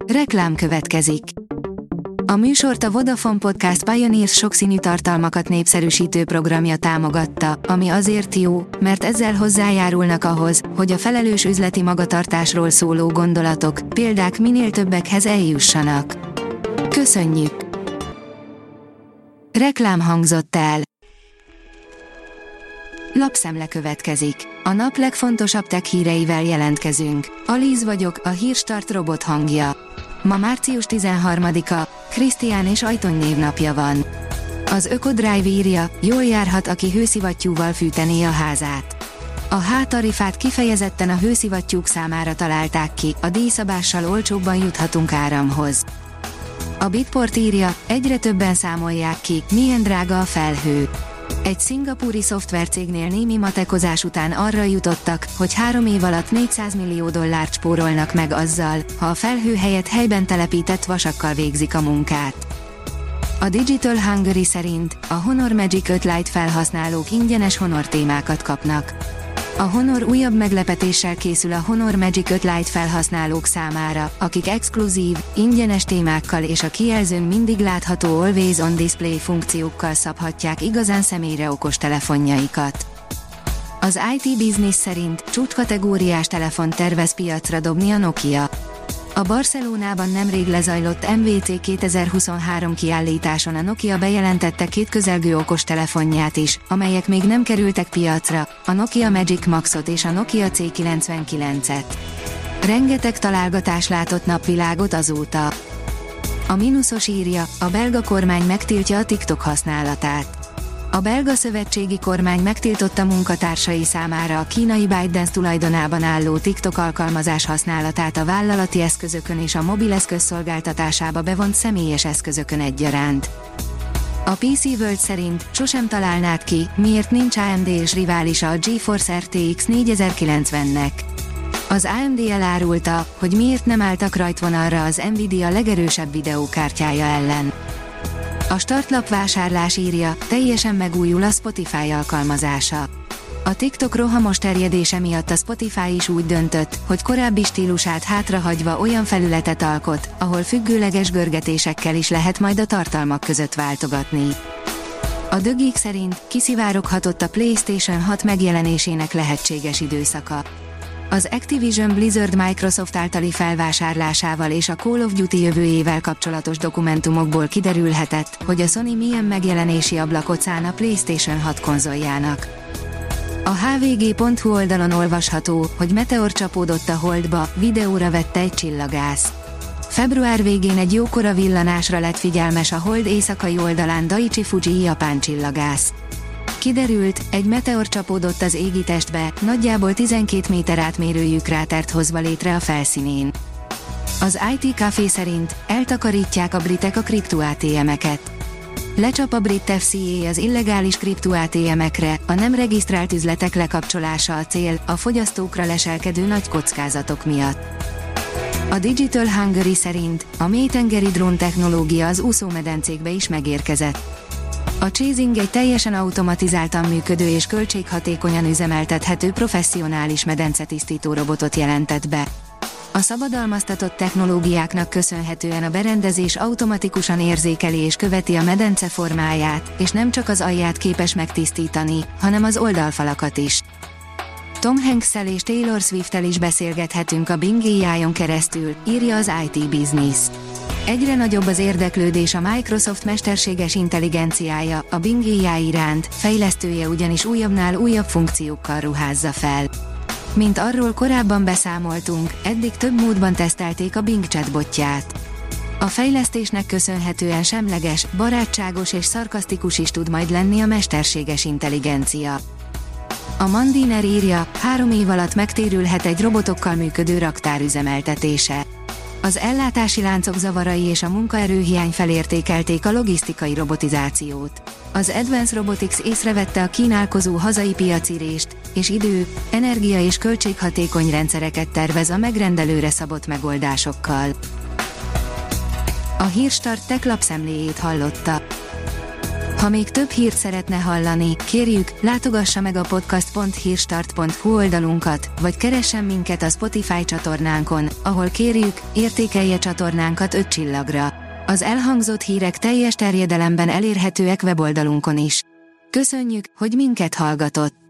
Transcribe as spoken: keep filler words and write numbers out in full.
Reklám következik. A műsort a Vodafone Podcast Pioneers sokszínű tartalmakat népszerűsítő programja támogatta, ami azért jó, mert ezzel hozzájárulnak ahhoz, hogy a felelős üzleti magatartásról szóló gondolatok, példák minél többekhez eljussanak. Köszönjük! Reklám hangzott el. Lapszemle következik. A nap legfontosabb tech híreivel jelentkezünk. Alíz vagyok, a Hírstart robot hangja. Ma március tizenharmadika, Krisztián és Ajtony névnapja van. Az Ökodrive írja, jól járhat, aki hőszivattyúval fűtené a házát. A H-tarifát kifejezetten a hőszivattyúk számára találták ki, a díjszabással olcsóbban juthatunk áramhoz. A Bitport írja, egyre többen számolják ki, milyen drága a felhő. Egy szingapúri szoftvercégnél némi matekozás után arra jutottak, hogy három év alatt négyszáz millió dollárt spórolnak meg azzal, ha a felhő helyett helyben telepített vasakkal végzik a munkát. A Digital Hungary szerint a Honor Magic öt Lite felhasználók ingyenes Honor témákat kapnak. A Honor újabb meglepetéssel készül a Honor Magic öt Lite felhasználók számára, akik exkluzív, ingyenes témákkal és a kijelzőn mindig látható Always on Display funkciókkal szabhatják igazán személyre okos telefonjaikat. Az i té Business szerint csúcskategóriás telefont tervez piacra dobni a Nokia. A Barcelonában nemrég lezajlott em vé cé kétezer-huszonhárom kiállításon a Nokia bejelentette két közelgő okostelefonját is, amelyek még nem kerültek piacra, a Nokia Magic Maxot és a Nokia cé kilencvenkilencet. Rengeteg találgatás látott napvilágot azóta. A Minusos írja, a belga kormány megtiltja a TikTok használatát. A belga szövetségi kormány megtiltotta munkatársai számára a kínai ByteDance tulajdonában álló TikTok alkalmazás használatát a vállalati eszközökön és a mobileszköz szolgáltatásába bevont személyes eszközökön egyaránt. A pé cé World szerint sosem találnád ki, miért nincs á em dé és riválisa a GeForce er té iksz négyezer-kilencvennek. Az á em dé elárulta, hogy miért nem álltak rajtvonalra az Nvidia legerősebb videókártyája ellen. A startlap vásárlás írja, teljesen megújul a Spotify alkalmazása. A TikTok rohamos terjedése miatt a Spotify is úgy döntött, hogy korábbi stílusát hátrahagyva olyan felületet alkot, ahol függőleges görgetésekkel is lehet majd a tartalmak között váltogatni. A The Geek szerint kiszivároghatott a PlayStation hat megjelenésének lehetséges időszaka. Az Activision Blizzard Microsoft általi felvásárlásával és a Call of Duty jövőjével kapcsolatos dokumentumokból kiderülhetett, hogy a Sony milyen megjelenési ablakot szán a PlayStation hat konzoljának. A há vé gé pont hu oldalon olvasható, hogy meteor csapódott a Holdba, videóra vette egy csillagász. Február végén egy jókora villanásra lett figyelmes a Hold éjszakai oldalán Daiichi Fuji japán csillagász. Kiderült, egy meteor csapódott az égitestbe, nagyjából tizenkét méter átmérőjű krátert hozva létre a felszínén. Az i té Café szerint eltakarítják a britek a kripto-á té emeket. Lecsap a brit ef cé á az illegális kripto-á té emekre, a nem regisztrált üzletek lekapcsolása a cél, a fogyasztókra leselkedő nagy kockázatok miatt. A Digital Hungary szerint a mélytengeri drón technológia az úszómedencékbe is megérkezett. A Chasing egy teljesen automatizáltan működő és költséghatékonyan üzemeltethető professzionális medencetisztító robotot jelentett be. A szabadalmaztatott technológiáknak köszönhetően a berendezés automatikusan érzékeli és követi a medence formáját, és nem csak az alját képes megtisztítani, hanem az oldalfalakat is. Tom Hanks-szel és Taylor Swift-tel is beszélgethetünk a Bing á i-on keresztül, írja az i té Business. Egyre nagyobb az érdeklődés a Microsoft mesterséges intelligenciája, a Bing á i iránt, fejlesztője ugyanis újabbnál újabb funkciókkal ruházza fel. Mint arról korábban beszámoltunk, eddig több módban tesztelték a Bing chatbotját. A fejlesztésnek köszönhetően semleges, barátságos és szarkasztikus is tud majd lenni a mesterséges intelligencia. A Mandiner írja, három év alatt megtérülhet egy robotokkal működő raktár üzemeltetése. Az ellátási láncok zavarai és a munkaerőhiány felértékelték a logisztikai robotizációt. Az Advanced Robotics észrevette a kínálkozó hazai piacirést, és idő, energia és költséghatékony rendszereket tervez a megrendelőre szabott megoldásokkal. A Hírstart tech lapszemléjét hallotta. Ha még több hírt szeretne hallani, kérjük, látogassa meg a podcast pont hírstart pont hu oldalunkat, vagy keressen minket a Spotify csatornánkon, ahol kérjük, értékelje csatornánkat öt csillagra. Az elhangzott hírek teljes terjedelemben elérhetőek weboldalunkon is. Köszönjük, hogy minket hallgatott!